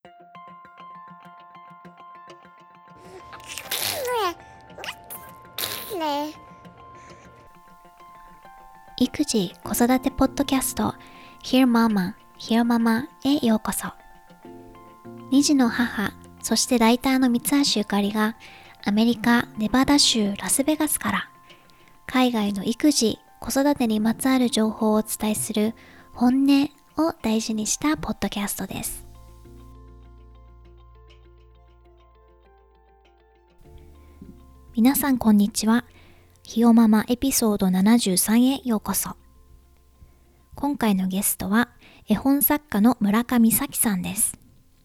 育児・子育てポッドキャスト Hear Mama, Hear Mama へようこそ。2児の母、そしてライターの三橋ゆかりがアメリカ・ネバダ州ラスベガスから海外の育児・子育てにまつわる情報をお伝えする本音を大事にしたポッドキャストです。皆さんこんにちは。ひよママエピソード73へようこそ。今回のゲストは絵本作家の村上咲さんです。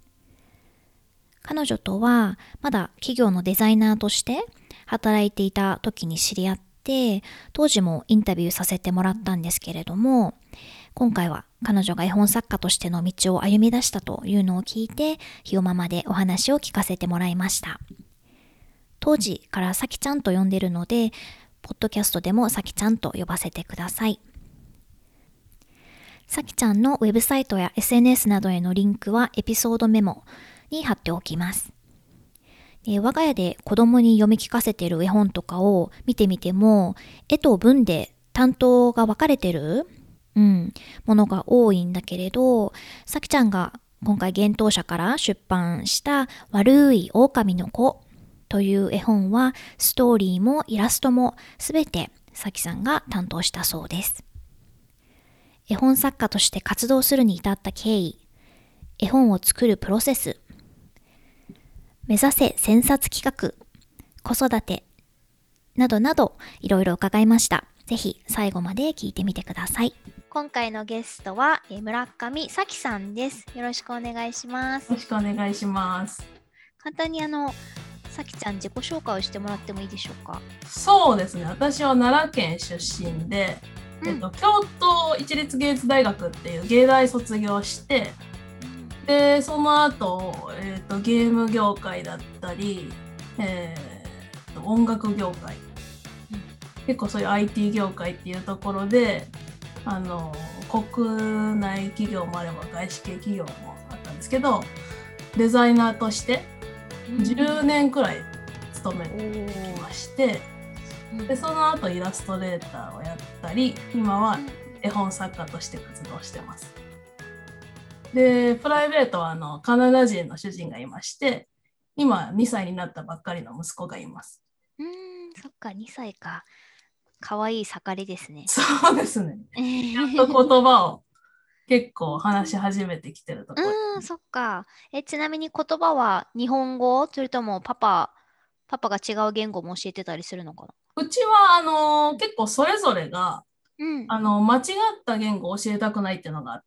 彼女とはまだ企業のデザイナーとして働いていた時に知り合って、当時もインタビューさせてもらったんですけれども、今回は彼女が絵本作家としての道を歩み出したというのを聞いて、ひよママでお話を聞かせてもらいました。当時からさきちゃんと呼んでるので、ポッドキャストでもさきちゃんと呼ばせてください。さきちゃんのウェブサイトや SNS などへのリンクはエピソードメモに貼っておきます。我が家で子供に読み聞かせている絵本とかを見てみても、絵と文で担当が分かれてる、ものが多いんだけれど、さきちゃんが今回幻冬舎から出版した悪い狼の子という絵本はストーリーもイラストもすべてさきさんが担当したそうです。絵本作家として活動するに至った経緯、絵本を作るプロセス、目指せ千冊企画、子育てなどなどいろいろ伺いました。ぜひ最後まで聞いてみてください。今回のゲストは村上咲さんです。よろしくお願いします。 よろしくお願いします。 簡単にさきちゃん自己紹介をしてもらってもいいでしょうか。 そうですね。私は奈良県出身で、京都市立芸術大学っていう芸大卒業して、でその後、ゲーム業界だったり、音楽業界、結構そういう IT 業界っていうところで国内企業もあれば外資系企業もあったんですけど、デザイナーとして10年くらい勤めてきまして、でその後イラストレーターをやったり、今は絵本作家として活動してます。でプライベートはカナダ人の主人がいまして、今2歳になったばっかりの息子がいます。 そっか、2歳か。かわいい盛りですね。 そうですね。やっと言葉を結構話し始めてきてるところ。 そっか。ちなみに言葉は日本語、それともパパが違う言語も教えてたりするのかな。 うちは結構それぞれが、間違った言語を教えたくないっていうのがあって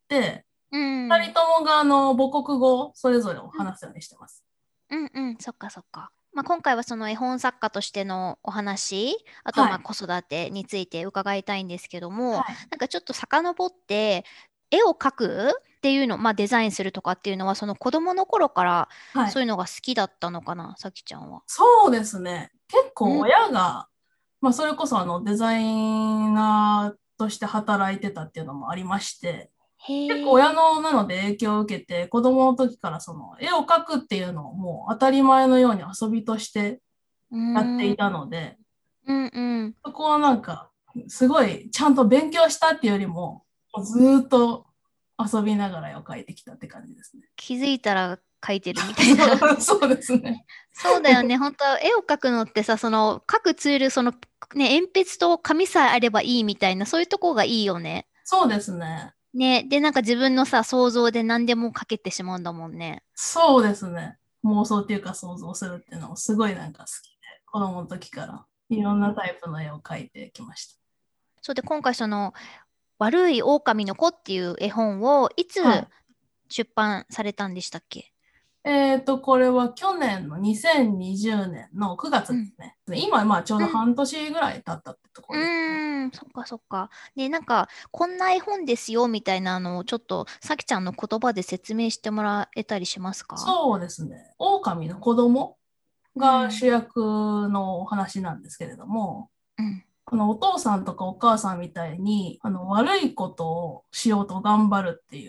、2人ともが母国語それぞれを話すようにしてます。 そっかそっか。今回はその絵本作家としてのお話、あとは子育てについて伺いたいんですけども、なんかちょっと遡って絵を描くっていうの、デザインするとかっていうのはその子供の頃からそういうのが好きだったのかな、さきちゃんは。 そうですね。結構親が、それこそデザイナーとして働いてたっていうのもありまして、結構親のなので影響を受けて、子供の時からその絵を描くっていうのをもう当たり前のように遊びとしてやっていたので、そこはなんかすごいちゃんと勉強したっていうよりも、ずっと遊びながら絵を描いてきたって感じですね。 気づいたら描いてるみたいな。 そうですね。 そうだよね。本当絵を描くのってさ、その描くツール、鉛筆と紙さえあればいいみたいな、そういうとこがいいよね。 そうですね。 ね、で、なんか自分のさ、想像で何でも描けてしまうんだもんね。 そうですね。妄想っていうか想像するっていうのもすごいなんか好きで、子供の時からいろんなタイプの絵を描いてきました。 そうで、今回悪い狼の子っていう絵本をいつ出版されたんでしたっけ？ これは去年の2020年の9月ですね。今ちょうど半年ぐらい経ったってところですね。 そっかそっか。で、なんか、こんな絵本ですよみたいなのをちょっと、さきちゃんの言葉で説明してもらえたりしますか？ そうですね。狼の子供が主役のお話なんですけれども、お父さんとかお母さんみたいに悪いことをしようと頑張るっていう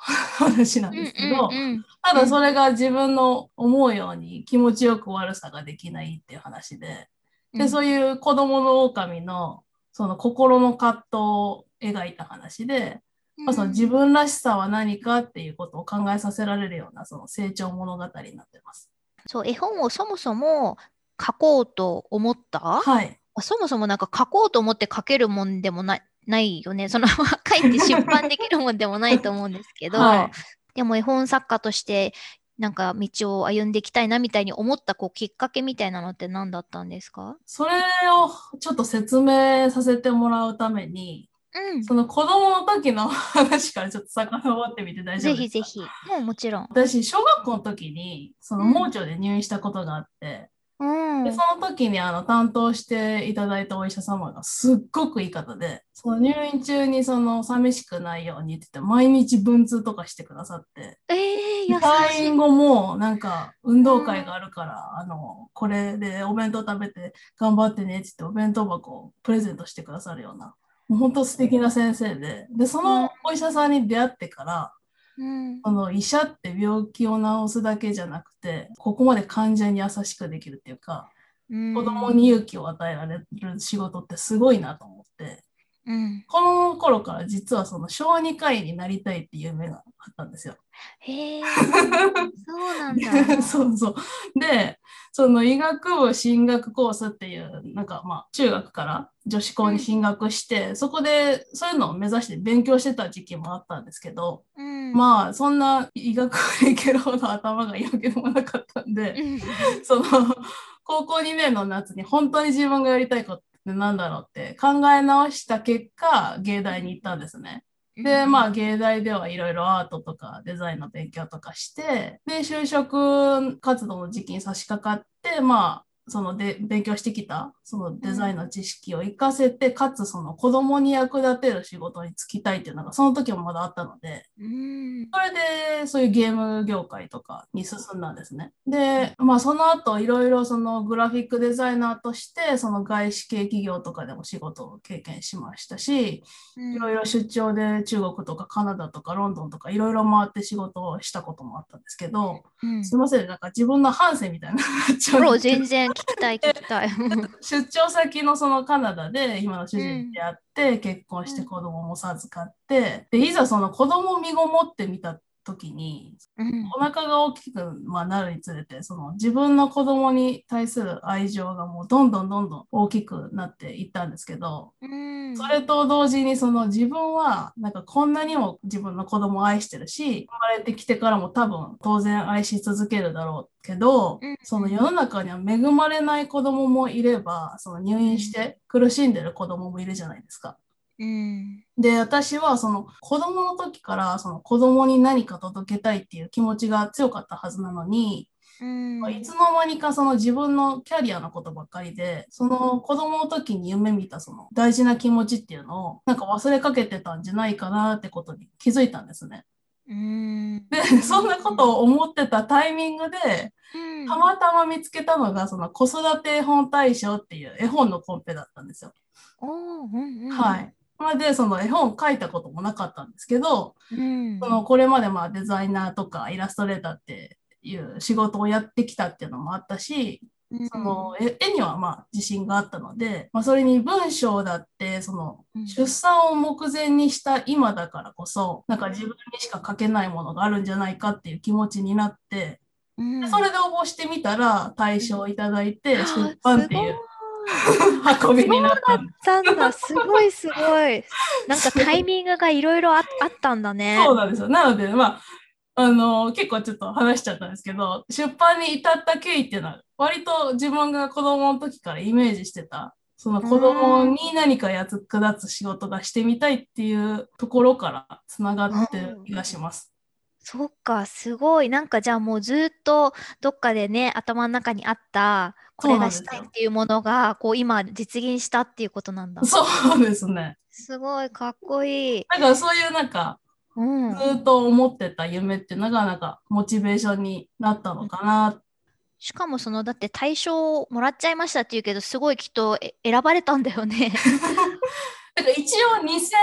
話なんですけど、ただそれが自分の思うように気持ちよく悪さができないっていう話で、で、そういう子供の狼のその心の葛藤を描いた話で、まあ、その自分らしさは何かっていうことを考えさせられるようなその成長物語になってます。 そう、絵本をそもそも書こうと思った？ はい。 そもそもなんか書こうと思って書けるもんでもないよね。その書いて出版できるもんでもないと思うんですけど、 はい。 でも絵本作家としてなんか道を歩んでいきたいなみたいに思ったこうきっかけみたいなのって何だったんですか？ それをちょっと説明させてもらうために、 うん。 その子供の時の話からちょっと遡ってみて大丈ぜ夫ですか？ ひぜひ。もちろん。 私、小学校の時に、その盲腸で入院したことがあって、 うん。 で、そうん。 の時に担当していただいたお医者様がすっごくいい方で、その入院中にその寂しくないようにって言って、毎日文通とかしてくださって、 優しい。 退院後もなんか運う動会ん。 があるから、これでお弁当食べて頑張ってねって言ってお弁当箱をプレゼントしてくださるような、もう本当素敵な先生で、で、そのうん。 お医者さんに出会ってから、 うん。 医者って病気を治すだけじゃなくて、ここまで患者に優しくできるっていうか、 う子供ん。 に勇気を与えられる仕事ってすごいなと思って、 うん。 この頃から実はその小児科医になりたいっていう夢があったんですよ。 へえ、そうなんだ。 そうそう。で、その医学部進学コースっていう、なんかまあ中学から女子校に進学して、そこでそういうのを目指して勉強してた時期もあったんですけど、 うん。 まあそんな医学部に行けるほど頭がいいわけでもなかったんで、 うん。 その高校2年の夏に本当に自分がやりたいことってなんだろうって考え直した結果、芸大に行ったんですね。で、まあ、芸大ではいろいろアートとかデザインの勉強とかして、で、就職活動の時期に差し掛かって、まあ、そので勉強してきたそのデザインの知識を活かせて、かつその子供に役立てる仕事に就きたいっていうのがその時もまだあったので、 うん。 それで、そういうゲーム業界とかに進んだんですね。で、まあ、その後、いろいろそのグラフィックデザイナーとして、その外資系企業とかでも仕事を経験しましたし、いろいろ出張で中国とかカナダとかロンドンとかいろいろ回って仕事をしたこともあったんですけど、 うん。 すいません、なんか自分の反省みたいになっちゃうんですけど、 全然聞きたい、聞きたい。 出張先のそのカナダで今の主人にうん。 出会って結婚してうん。 子供も授かって、で、いざその子供を身ごもってみた時に、 うん。 お腹が大きく、まあ、なるにつれて、その自分の子供に対する愛情がもうどんどんどんどん大きくなっていったんですけど、 うん。 それと同時にその自分はなんかこんなにも自分の子供を愛してるし、生まれてきてからも多分当然愛し続けるだろうけど、 うん。 その世の中には恵まれない子供もいれば、その入院して苦しんでる子供もいるじゃないですか。 うん。 で、私はその子供の時からその子供に何か届けたいっていう気持ちが強かったはずなのに、 うん。 いつの間にかその自分のキャリアのことばっかりで、その子供の時に夢見たその大事な気持ちっていうのをなんか忘れかけてたんじゃないかなってことに気づいたんですね。 うん。 で、そんなことを思ってたタイミングで、 うん。 たまたま見つけたのがその子育て絵本大賞っていう絵本のコンペだったんですよ。 おー、うん。 はい。まあで、その絵本を描いたこともなかったんですけど、 うん。 そのこれまでまあデザイナーとかイラストレーターっていう仕事をやってきたっていうのもあったし、 うん。 その絵にはまあ自信があったので、まあ、それに文章だってそのうん。 出産を目前にした今だからこそなんか自分にしか書けないものがあるんじゃないかっていう気持ちになって、 うん。 でそれで応募してみたら大賞をいただいて出版すごっていうい。 運びそうになったんです。 だったんだ。すごい、すごい。なんかタイミングがいろいろあったんだね。 そうなんですよ。なので、まあ、結構ちょっと話しちゃったんですけど、出版に至った経緯っていうのは、割と自分が子供の時からイメージしてた、そのう子供ん。 に何か役立つ仕事がしてみたいっていうところからつながってる気がします。 そっか、すごい。なんかじゃあもうずっとどっかでね、頭の中にあった、こそうれがしたいっなんですよ。 ていうものが、こう今実現したっていうことなんだ。 そうですね。 すごい、かっこいい。 だからそういうなんか、 うん。 ずっと思ってた夢っていうのがなんかモチベーションになったのかな。 しかもだって大賞もらっちゃいましたって言うけど、すごいきっと選ばれたんだよね。 だから一応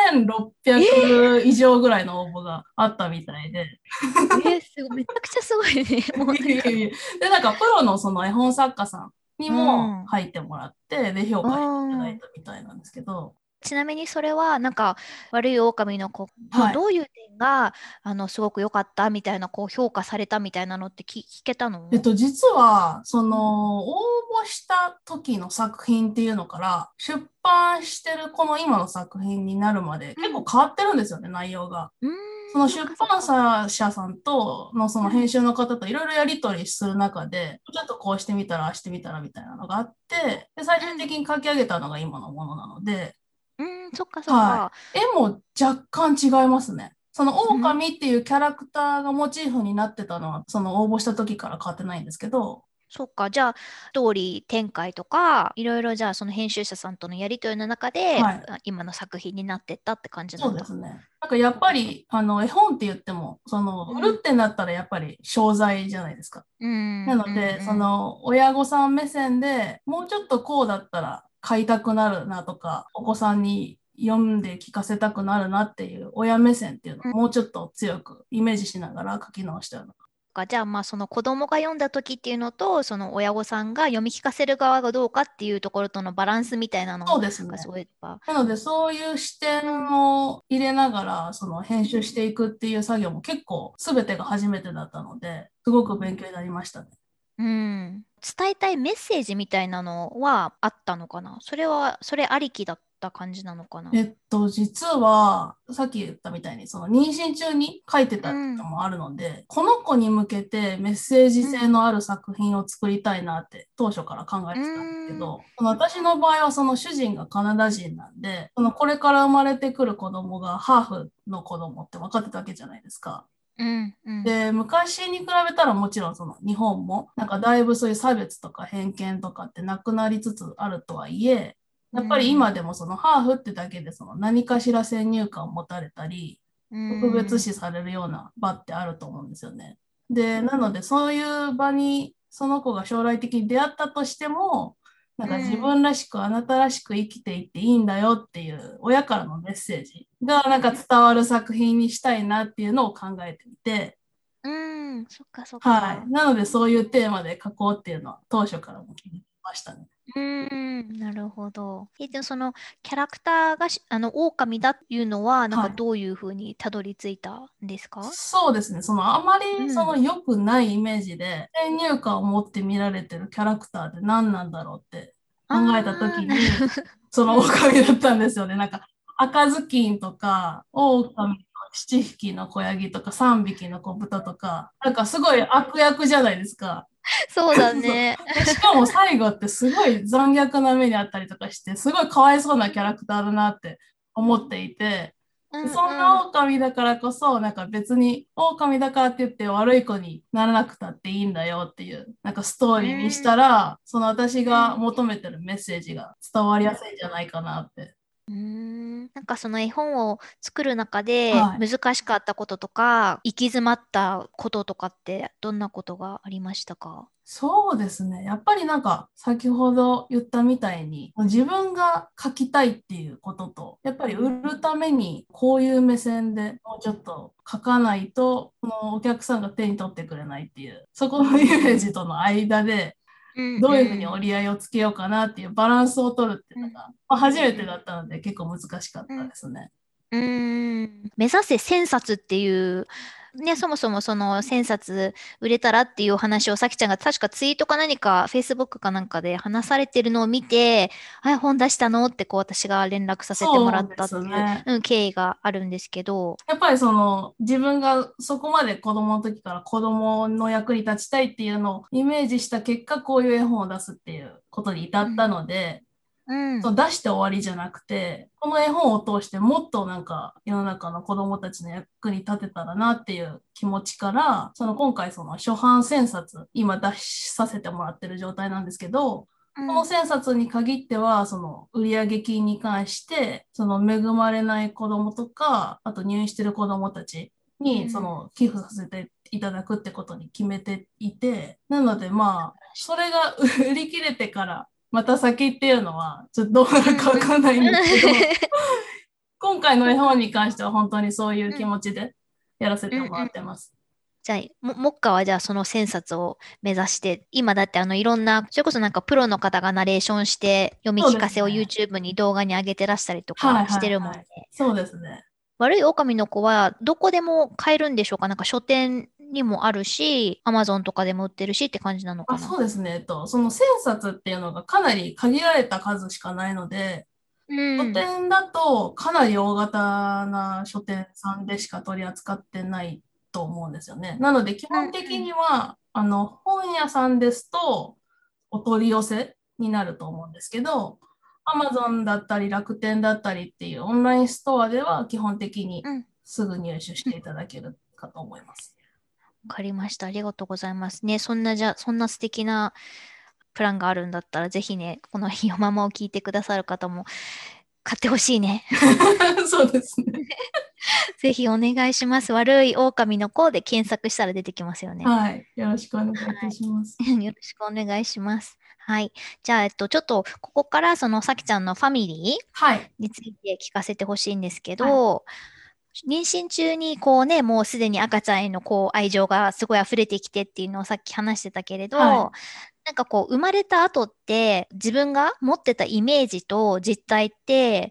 2600以上ぐらいの応募があったみたいで。 すごい、めちゃくちゃすごいね。もうなんか。 で、なんかプロのその絵本作家さんにうもん。 書いてもらって、で、評う価していただいん。 たみたいなんですけど、 ちなみにそれは、なんか、悪い狼の子のはい。 どういう点が、すごく良かったみたいな、こう、評価されたみたいなのって聞けたの？ 実は、そうん。 の、応募した時の作品っていうのから、出版してるこの今の作品になるまで結構変わってるんですよね、内容が。 うん。 その出そっかそっか。 版社さんとのそのうん。 編集の方といろいろやり取りする中で、ちょっとこうしてみたら、ああしてみたらみたいなのがあって、で、最終的に書き上げたのが今のものなので、 うん。そっかそっはか。 い。絵も若干違いますね。そのうん。 狼っていうキャラクターがモチーフになってたのは、その応募した時から変わってないんですけど、 そっか。じゃあ、ストーリー展開とか、いろいろじゃあ、その編集者さんとのやりとりの中で、 はい。 今の作品になってったって感じなんだ。 そうですね。なんかやっぱり、絵本って言っても、その、売るうん。 ってなったらやっぱり商材じゃないですか。 うん。うん。 なので、そうん。 の、親御さん目線でもうちょっとこうだったら買いたくなるなとか、お子さんに読んで聞かせたくなるなっていう親目線っていうのをもうちょっと強くイメージしながら書き直したような。 じゃあまあその子供が読んだ時っていうのとその親御さんが読み聞かせる側がどうかっていうところとのバランスみたいなのそうですね。 がすごいやっぱ。 なので、そういう視点うん。 を入れながら、その編集していくっていう作業も結構全てが初めてだったので、すごく勉強になりましたね。 うん。伝えたいメッセージみたいなのはあったのかな？それはそれありきだった感じなのかな？ 実は、さっき言ったみたいに、その妊娠中に書いてたっていううん。 のもあるので、この子に向けてメッセージうん。 性のある作品を作りたいなって当初から考えうてたんですけーん。 ど、その私の場合はその主人がカナダ人なんで、そのこれから生まれてくる子供がハーフの子供って分かってたわけじゃないですか。 うん。うん。 で、昔に比べたらもちろんその日本もなんかだいぶそういう差別とか偏見とかってなくなりつつあるとはいえ、やっぱりうん。 今でもそのハーフってだけでその何かしら先入観を持たれたり、 う特別ん。 視されるような場ってあると思うんですよね。で、なのでそういう場にその子が将来的に出会ったとしても、なんか自うん。 分らしくあなたらしく生きていっていいんだよっていう親からのメッセージがなんか伝わる作品にしたいなっていうのを考えてみて、 うん。そっかそっはい。 か。 なので、そういうテーマで書こうっていうのは、当初からも決めてましたね。 うーん、なるほど。でもそのキャラクターが狼だっていうのは、なんはい。 かどういうふうにたどり着いたんですか？ そうですね。その、あまり、そうん。 の、良くないイメージで、先入観を持って見られてるキャラクターって何なんだろうって考えたとああ、なるきに、 ほど。 そのうん。 狼だったんですよね。なんか、赤ずきんとか、狼の7匹の子ヤギとか、3匹の子豚とか、なんかすごい悪役じゃないですか。 そうだそう。 ね。 で、しかも最後ってすごい残虐な目にあったりとかして、すごいかわいそうなキャラクターだなって思っていて、 うんでそんうん。 な狼だからこそ、なんか別に狼だからって言って悪い子にならなくたっていいんだよっていう、なんかストーうリーにしん。 たら、その私がうん。 求めてるメッセージが伝わりやすいんじゃないかなって。 なんかその絵本を作る中ではい。 難しかったこととか、行き詰まったこととかってどんなことがありましたか？ そうですね。やっぱりなんか先ほど言ったみたいに自分が書きたいっていうことと、やっぱり売るためにこういう目線でもうちょっと書かないと、このお客さんが手に取ってくれないっていう、そこのイメージとの間でうんうどういうふうにん。 折り合いをつけようかなっていうバランスを取るっていううんのが、 うん初めてうんだったので結構難しかったうんですね。 目指せ1000冊っていう、ね、そもそもその1000冊売れたらっていうお話をさきちゃんが確かツイートか何か、Facebook かなんかで話されてるのを見て、あ、本出したのってこう私が連絡させてもらっそうでたっていう、 すね。 経緯があるんですけど、 やっぱりその自分がそこまで子供の時から子供の役に立ちたいっていうのをイメージした結果、こういう絵本を出すっていうことに至ったうん、 ので、 うん、 そう出して終わりじゃなくて、この絵本を通してもっとなんか世の中の子供たちの役に立てたらなっていう気持ちから、その今回その初版1000冊今出させてもらってる状態なんですけど、このうん、 1000冊に限っては、その売上金に関して、その恵まれない子供とか、あと入院してる子供たちに、そうん、 の寄付させていただくってことに決めていて、なのでまあ、それが売り切れてからまた先っていうのは、ちょっとどうなるかわかんないんですけど、今回の絵本に関しては本当にそういう気持ちでやらせてもらってます。 じゃあ、目下はじゃあその1000冊を目指して、今だっていろんな、それこそなんかプロの方がナレーションして読みそう聞かせをですね。 YouTube に動画に上げてらしたりとはいかしてるもんね。 はいはい。そうですね。 悪い狼の子はどこでも買えるんでしょうか？なんか書店にもあるし、Amazon とかでも売ってるしって感じなのかあ、 な？ そうですね。その1000冊っていうのがかなり限られた数しかないので、 う書ん。 店だとかなり大型な書店さんでしか取り扱ってないと思うんですよね。なので基うん本的には、本屋さんですとお取り寄せになると思うんですけど、Amazon だったり楽天だったりっていうオンラインストアでは基本的にうん。 すぐ入手していただけるかと思います。 わかりました。ありがとうございますね。そんな素敵なプランがあるんだったら、ぜひね、このよままを聞いてくださる方も買ってほしいね。 そうですね。 ぜひお願いします。悪い狼の子で検索したら出てきますよね。 はい。よろしくお願いいたします。 よろしくお願いします。はい。じゃあ、ちょっと、ここから、さきちゃんのファミリーはい。 について聞かせてほしいんですけはい。 ど、妊娠中に、もうすでに赤ちゃんへの、愛情がすごい溢れてきてっていうのをさっき話してたけれど、 はい。 なんか生まれた後って、自分が持ってたイメージと実態って、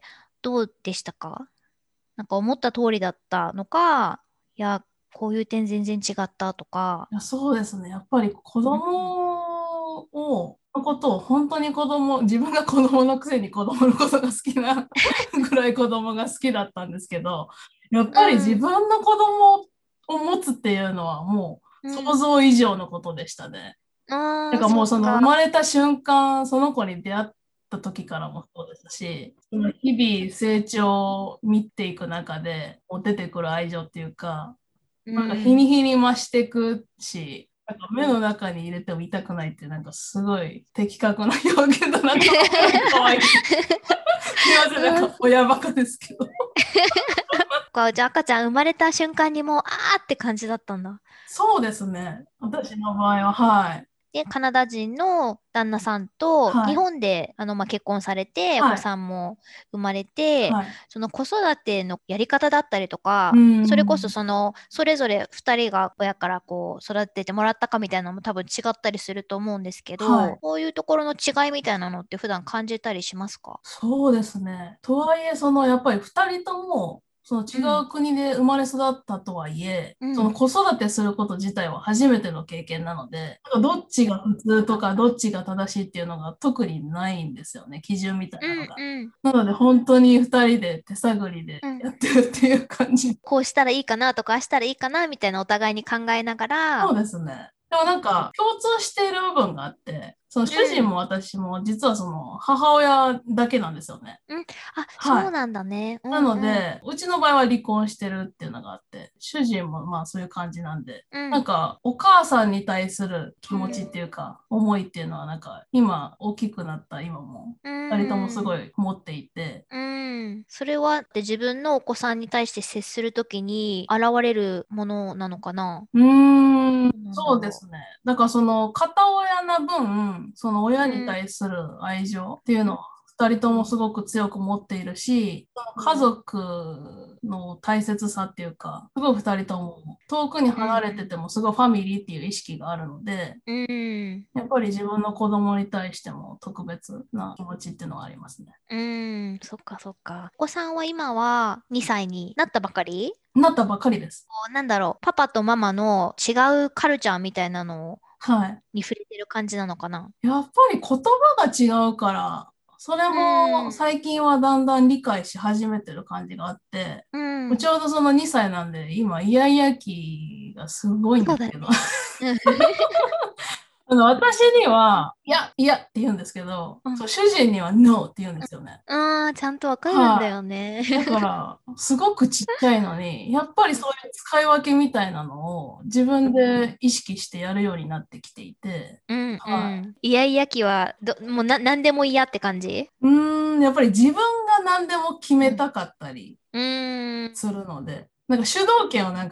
どうでしたか？なんか思った通りだったのか、いや、こういう点全然違ったとか。 いや、そうですね。やっぱり子うん。 のことを本当に自分が子供のくせに子供のことが好きなぐらい子供が好きだったんですけど、やっぱり自うん。 分の子供を持つっていうのはもう想うん。 像以上のことでしたね。なんああ、 かもうその生そっか。 まれた瞬間、その子に出会った時からもそうですし、その日々成長を見ていく中で、もう出てくる愛情っていうか、 うなんか日にん。 日に増していくし、なんか目の中に入れても痛くないって、なんかすごい的確な表現だなと思って、可愛い。すいません、なんうん。 か親バカですけど。 じゃあ赤ちゃん生まれた瞬間にもう、あーって感じだったんだ。 そうですね。私の場合は、はい。 で、カナダ人の旦那さんと日はい。 本で結婚されて、お子はい。 さんも生まれて、 はい。 その子育てのやり方だったりとうか、それこそん。 それぞれ2人が親から育ててもらったかみたいなのも多分違ったりすると思うんですけど、 はい。 こういうところの違いみたいなのって普段感じたりしますか？ そうですね。とはいえ、やっぱり二人とも、その違うん。 う国で生まれ育ったとはいえ、 うん。 その子育てすること自体は初めての経験なので、なんかどっちが普通とか、どっちが正しいっていうのが特にないんですよね。基準みたいなのが。 うんうん。 なので、本当に二人で手探りでうん。 やってるっていう感じ。 こうしたらいいかなとか、ああしたらいいかなみたいなお互いに考えながら、 そうですね。でもなんか共通している部分があって、その主うん。 人も私も実はその母親だけなんですよね。 うん。あ、 はい。 そうなんだね。うなんうん。 ので、うちの場合は離婚してるっていうのがあって、主人もまあそういう感じなんで、 うん。 なんかお母さんに対する気うん。 持ちっていうか、思いっていうのはなんか今大きくなった今も、 う二人ともすごん。 い持っていて、 うん。それは自分のお子さんに対して接するときに現れるものなのかな？どうなんだろそうですね。だからその片親な分、その親う。 にうん。 対する愛情っていうのを二人ともすごく強く持っているし、その家族の大切さっていうか、すごい二人とも遠くにうん。 離れててもすごいファミリーっていう意識があるので、 うん。 やっぱり自分の子供に対しても特別な気持ちっていうのはありますね。 うん。そっかそっか。お子さんは今は2歳になったばかり？ なったばかりです。 なんだろう、パパとママの違うカルチャーみたいなのはい。 に触れてる感じなのかな？ やっぱり言葉が違うから、それうもん。 最近はだんだん理解し始めてる感じがあって、 うん。 ちょうどその2歳なんで、今、イヤイヤ期がすごいんですけど、 そうだね。うん。 私には、いや、いやって言うんですけど、 うん。 そう、主人には No って言うんですよね。 ああ、ちゃんとわかるんだはい。 よね。 だから、すごくちっちゃいのに、やっぱりそういう使い分けみたいなのを自分で意識してやるようになってきていて、 うんうはん。イヤイヤ期はもうなんでも嫌って感じ？ い。やっぱり自分が何でも決うん。 めたかったりうーん。 するので、なんか主導権をなんか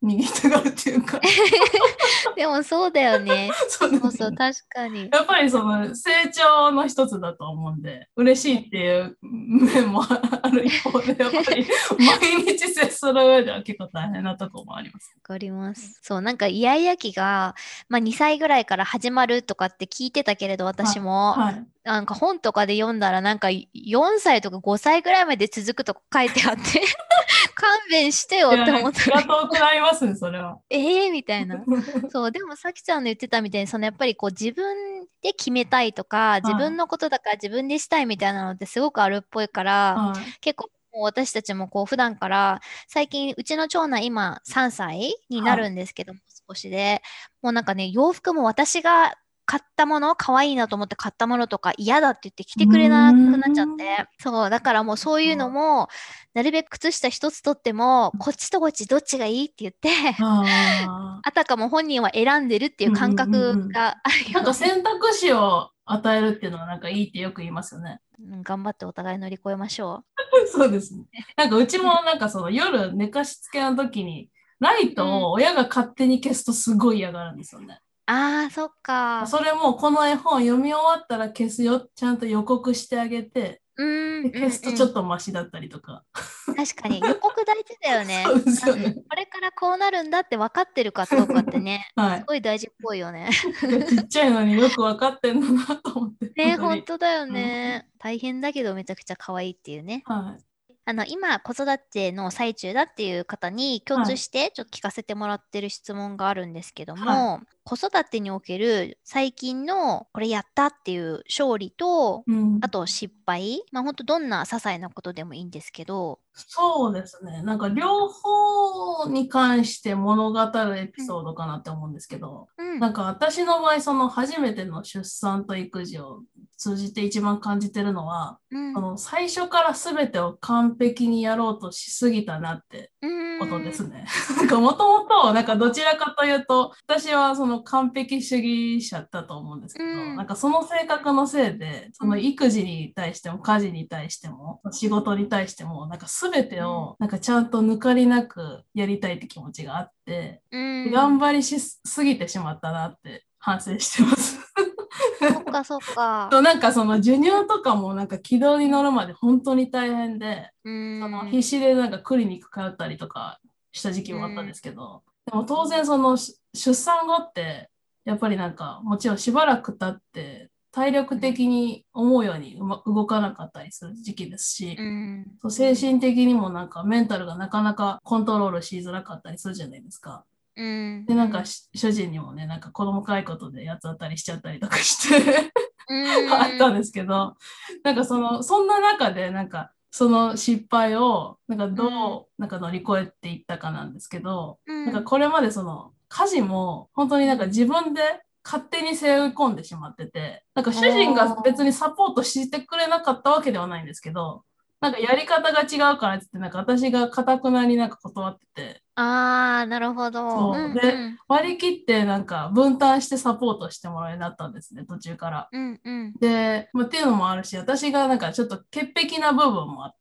握りたがるっていうかでもそうだよね。 そうですそうそう、 ね。 確かに。 やっぱりその成長の一つだと思うんで、嬉しいっていう面もある一方で、やっぱり毎日接する上では結構大変なところもあります。 わかります。そう、なんかイヤイヤ期が、まあ、2歳ぐらいから始まるとかって聞いてたけれど、私はい。 も。 はい。 なんか本とかで読んだら、なんか4歳とか5歳ぐらいまで続くとか書いてあって勘弁してよっていや、ね、 思ったんだけど。 気が遠くなりますね、それは。 みたいな。そう、でもさきちゃんの言ってたみたいに、そのやっぱりこう自分で決めたいとか、自分はのことだから自分でしたいみたいなのってすごくあるっぽいから、 い。はい。 結構もう私たちもこう普段から最近うちの長男今3歳になはい。 るんですけども、少しでもうなんかね、洋服も私が買ったもの、可愛いなと思って買ったものとか嫌だって言って着うーてくれなくなっちゃって、 ん。 そう、だからもうそういうのもなるべく靴下一つとってもこっちとこっちどっちがいいって言ってああ。 あたかも本人は選んでるっていう感うんうんうんうん。 覚があるなんかように、 選択肢を与えるっていうのはなんかいいってよく言いますよね。 うん頑張ってお互い乗り越えましょそうですね。なんかうちう。 もなんかその夜寝かしつけの時にライうん。 トを親が勝手に消すとすごい嫌がるんですよね。 ああ、そっか。 それもこの絵本読み終わったら消すよ。ちゃんと予告してあげて、 うん、 で、 うん、 消すとうん。 ちょっとマシだったりとか。 確かに予告大事だよね。 そうですあ、 よね。 これからこうなるんだって分かってるかどうかってね、 はい。 すごい大事っぽいよね。 ちっちゃいのによくわかってんだなと思って、 ね、 本当に。 本当だようん、 ね。大変だけどめちゃくちゃ可愛いっていうね。 はい。 今、子育ての最中だっていう方に共はい。 通してちょっと聞かせてもらってる質問があるんですけどはい。 も、子育てにおける最近のこれやったっていう勝利と、 うん。 あと失敗、まあ本当どんな些細なことでもいいんですけど、 そうですね。なんか両方に関して物語るエピうん、 ソードかなって思うんですけど、 うん、 なんか私の場合、その初めての出産と育児を通じて一番感じてるのは、 うん、 その最初から全てを完璧にやろうとしすぎたなってうことでーん、 すね。なんかもともと、なんかどちらかというと、私はその完璧主義者だと思うんですけど、なんうん、 かその性格のせいで、そのうん、 育児に対しても家事に対しても仕事に対しても、なんか全てうん、 をなんかちゃんと抜かりなくやりたいって気持ちがあって、 うん。 頑張りしすぎてしまったなって反省してます。 そっかそっか。 となんかその授乳とかもなんか軌道に乗るまで本当に大変で、 うそのん、 必死でなんかクリニック通ったりとかした時期もあったんでうん、 すけど、でも当然その出産後ってやっぱりなんかもちろんしばらく経って体力うん、 的に思うように動かなかったりする時期ですし、 うん、 そう精神的にもなんかメンタルがなかなかコントロールしづらかったりするじゃないですか。 うん、 で、なんかうん、 主人にもね、なんか子供可愛いことでやつあったりしちゃったりとかしてうあったんん、 ですけど、なんかそんな中で、なんかその失敗を、なんかどうん、 う、なんか乗り越えていったかなんですけど、なんかうん、 これまでその家事も本当になんかうん。 自分で勝手に背負い込んでしまってて、なんか主人が別おー。 にサポートしてくれなかったわけではないんですけど、なんかやり方が違うからって言って、なんか私が堅くなになんか断ってて、 ああ、なるほど。うそう。 ん、 で、 うん、 割り切ってなんか分担してサポートしてもらえるようになったんですね、途中から。 うん、うん、 で、まあ、っていうのもあるし、私がなんかちょっと潔癖な部分もあって、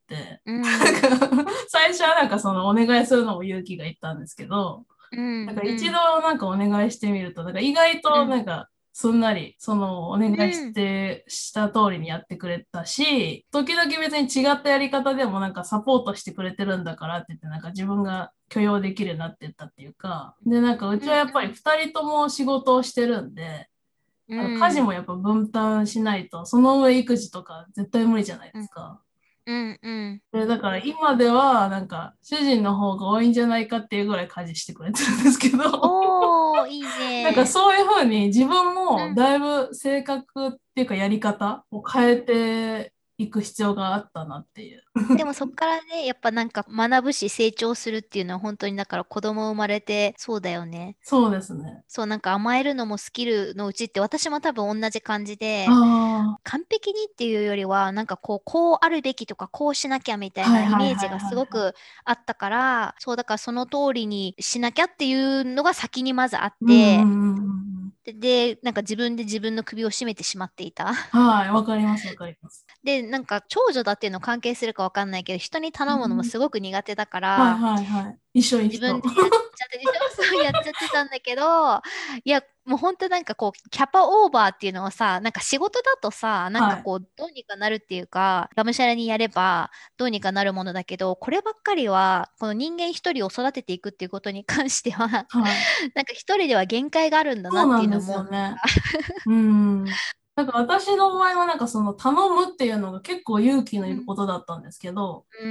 うん、 なんか最初はなんかそのお願いするのも勇気がいったんですけど、 うん、 なんか一度うん、 なんかお願いしてみると、なんか意外うん、 となんかすんなりそのお願いしうん、 てした通りにやってくれたし、時々別に違ったやり方でもなんかサポートしてくれてるんだからって言ってなんか自分が許容できるようになってったっていうか、でなんかううん、 ちはやっぱり二人とも仕事をしてるんで、 う家事ん、 もやっぱ分担しないと、その上育児とか絶対無理じゃないでうん、 すか。 うん、うん。 で、だから今では、なんか、主人の方が多いんじゃないかっていうぐらい家事してくれてるんですけど、 おー、いいなんかね。 そういうふうに自分もうん。 だいぶ性格っていうかやり方を変えていく必要があったなっていう。 でもそっからね、やっぱなんか学ぶし成長するっていうのは本当にだから子供生まれてそうだよね。 そうですね。 そう、なんか甘えるのもスキルのうちって私も多分同じ感じで、 ああ、 完璧にっていうよりは、なんかこうあるべきとか、こうしなきゃみたいはいなイはいはいメージがすはいはい。 ごくあったから、そう、だからその通りにしなきゃっていうのが先にまずあっうんうて、 んうんうんうん。 なんか自分で自分の首を絞めてしまっていた。 はい、わかりますわかります。 で、なんか長女だっていうの関係するかわかんないけど、人に頼むのもうん、 すごく苦手だかはいら、 はいはい。 一緒一緒。 自分でやっちゃってそうやっちゃってたんだけど、いやもう本当なんかこうキャパオーバーっていうのはさ、なんか仕事だとさ、なんかはい。 こうどうにかなるっていうか、がむしゃらにやればどうにかなるものだけど、こればっかりはこの人間一人を育てていくっていうことに関してははい。 なんか一人では限界があるんだなっていうそうなんでのも。 すよね。うん。なんか私の場合はなんかその頼むっていうのが結構勇気のいることだったんですけど、 うん。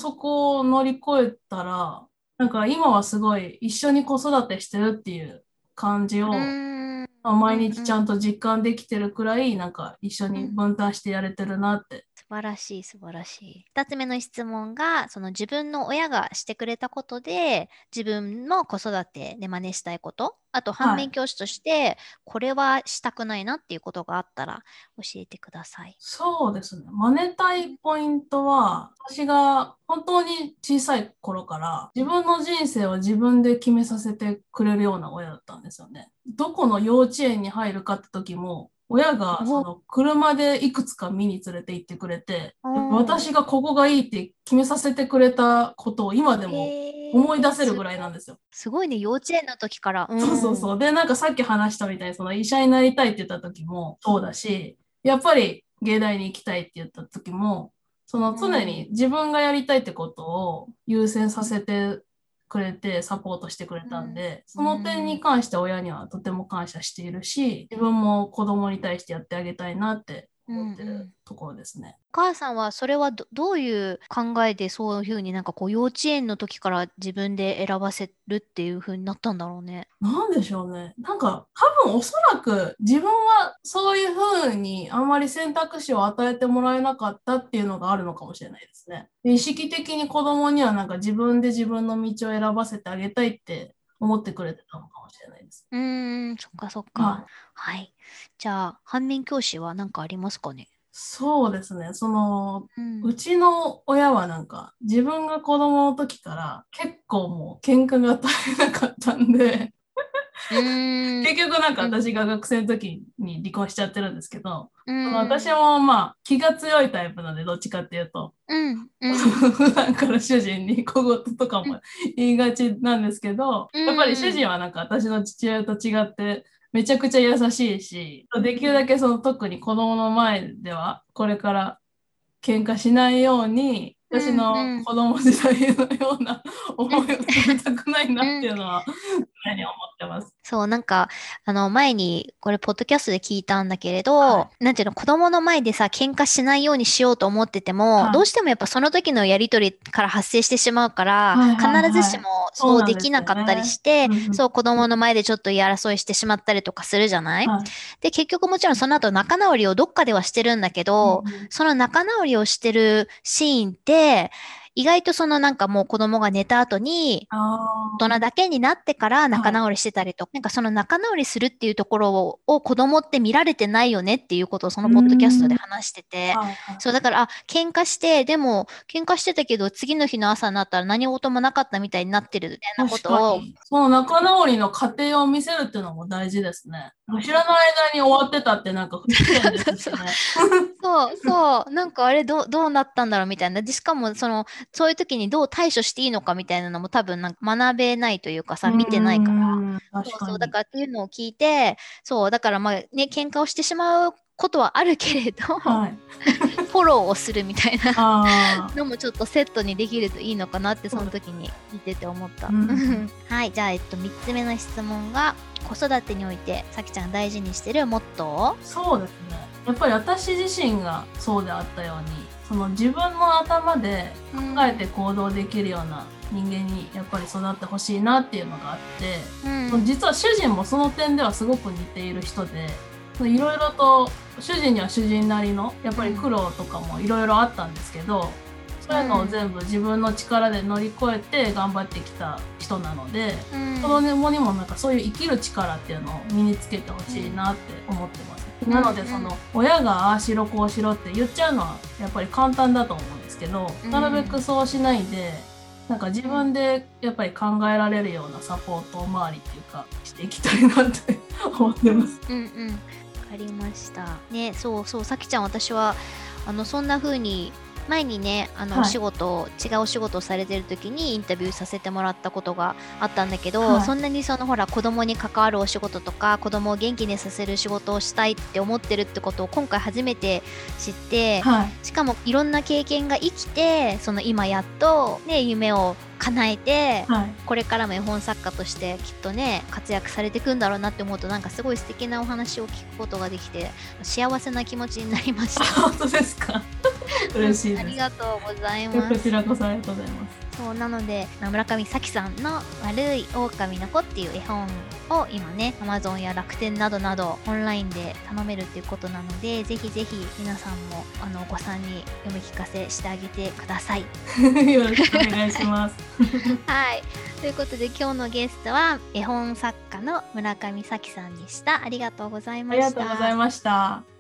割とそこを乗り越えたら、なんか今はすごい一緒に子育てしてるっていう感じうをん。うん毎うんうん。 日ちゃんと実感できてるくらい、なんか一緒に分担してやれてるなって。 素晴らしい、素晴らしい。二つ目の質問が、その自分の親がしてくれたことで、自分も子育てで真似したいこと、あと反はい。 面教師として、これはしたくないなっていうことがあったら教えてください。 そうですね。真似たいポイントは、私が本当に小さい頃から自分の人生は自分で決めさせてくれるような親だったんですよね。どこの幼稚園に入るかって時も、親がそおの車でいくつか見に連れて行ってくれて、 お私がここがいいって決めさせてくれたことを今でも思い出せるぐらいなんですよ。 すごいね、幼稚園の時から。うん。 そうそうそう。で、なんかさっき話したみたいに、その医者になりたいって言った時もそうだし、やっぱり芸大に行きたいって言った時も、その常うん。 に自分がやりたいってことを優先させてくれて、サポートしてくれたんで、 うその点にん。 関して親にはとても感謝しているし、自分も子供に対してやってあげたいなってうん思ってうん。 るところですね。 お母さんはそれはどういう考えでそういうふうになんかこう幼稚園の時から自分で選ばせるっていうふうになったんだろうね。 なんでしょうね。なんか、多分おそらく自分はそういうふうにあんまり選択肢を与えてもらえなかったっていうのがあるのかもしれないですね。で意識的に子供にはなんか自分で自分の道を選ばせてあげたいって思ってくれてたのかもしれないです。 うーん、そっかそっか。 はい。 はい。じゃあ、反面教師は何かありますかね？ そうですね。 うん。 うちの親はなんか自分が子供の時から結構もう喧嘩が絶えなかったんで、 うーん。 結局なんかうん。 私が学生の時に離婚しちゃってるんですけど、 う私ん。 もまあ気が強いタイプなんで、どっちかっていうと、 うん。うん。 普段から主人に小言とかも言いがちなんですけど、 うやっぱり主人ん。 はなんか私の父親と違ってめちゃくちゃ優しいし、できるだけその特に子供の前ではこれから喧嘩しないように、 うん。 私のうん。 子供時代のような思いをさせたくないなっうん。 ていうのは常に思ってます。 そう、なんか、前に、これ、ポッドキャストで聞いたんだけれはい。 ど、なんていうの、子供の前でさ、喧嘩しないようにしようと思ってても、 はい。 どうしてもやっぱその時のやりとりから発生してしまうから、 はい必はいはい。 ずしもそうできそうなんですなかったりよね。 して、 うんうん。 そう、子供の前でちょっと言い争いしてしまったりとかするじゃない？ はい。 で、結局もちろんその後仲直りをどっかではしてるんだけど、 うんうん。 その仲直りをしてるシーンって、意外とそのなんかもう子供が寝た後に、大人あだけになってからあ、はい。 仲直りしてたりとか、なんかその仲直りするっていうところを子供って見られてないよねっていうことをそうーのポッドキャストでん。 話してて、 はいはい。 そうだから、喧嘩して、でも喧嘩してたけど次の日の朝になったら何事もなかったみたいになってるみたいなこ確かとを、 に。その仲直りの過程を見せるっていうのも大事ですね。知らない間に終わってたってなんか不自然ですしね。 そうそう、なんかあれどうなったんだろうみたいな。で、しかもそういう時にどう対処していいのかみたいなのも多分なんか学べないというかうーさ、見てないから。 ん。確そうそう、だかに。 からっていうのを聞いて、そう、だからまあね、喧嘩をしてしまうことはあるけれど、 はい。 フォローをするみたいなああ、 のもちょっとセットにできるといいのかなってそそうです。 の時に聞いてて思った。 うん。 はい、じゃあ、3つ目の質問が、子育てにおいて、さきちゃん大事にしてるモットそうですね。やっぱり私自身がそうであったように、その自分の頭でー？う考えてん。 行動できるような人間にやっぱり育ってほしいなっていうのがあって、 うん。 実は主人もその点ではすごく似ている人で、いろいろと主人には主人なりのやっぱり苦うん。 労とかもいろいろあったんですけど、そういうのをうん。 全部自分の力で乗り越えて頑張ってきた人なので、 うん。 子供にもなんかそういう生きる力っていうのを身につけてほしいなって思ってます。 うん。 なのでその親がああしろこうしろって言っちゃうのはやっぱり簡単だと思うんですけど、 うん。 なるべくそうしないで、なんか自うん。 分でやっぱり考えられるようなサポート周りっていうかしていきたいなって思ってます。 うん。わかりました。ね、そうそう、さきちゃん、私は、そんな風に、 前にねお仕事、違うお仕事をされてる時にインタビューさせてもらったことがあったんだけど、そんなにほら子供に関わるお仕事とか子供を元気にさせる仕事をしたいって思ってるってことを今回初めて知って、しかもいろんな経験が生きて今やっとね夢を叶えて、これからも絵本作家としてきっとね活躍されていくんだろうなって思うとなんかすごい素敵なお話を聞くことができて幸せな気持ちになりました。 本当ですか？嬉しいです。 ありがとうございます。 こちらこそありがとうございます。 そうなので村上咲さんの悪い狼の子っていう絵本を今ね Amazon や楽天などなどオンラインで頼めるっていうことなので、ぜひぜひ皆さんもお子さんに読み聞かせしてあげてください。 よろしくお願いします。 はい、ということで今日のゲストは絵本作家の村上咲さんでした。ありがとうございました。 ありがとうございました。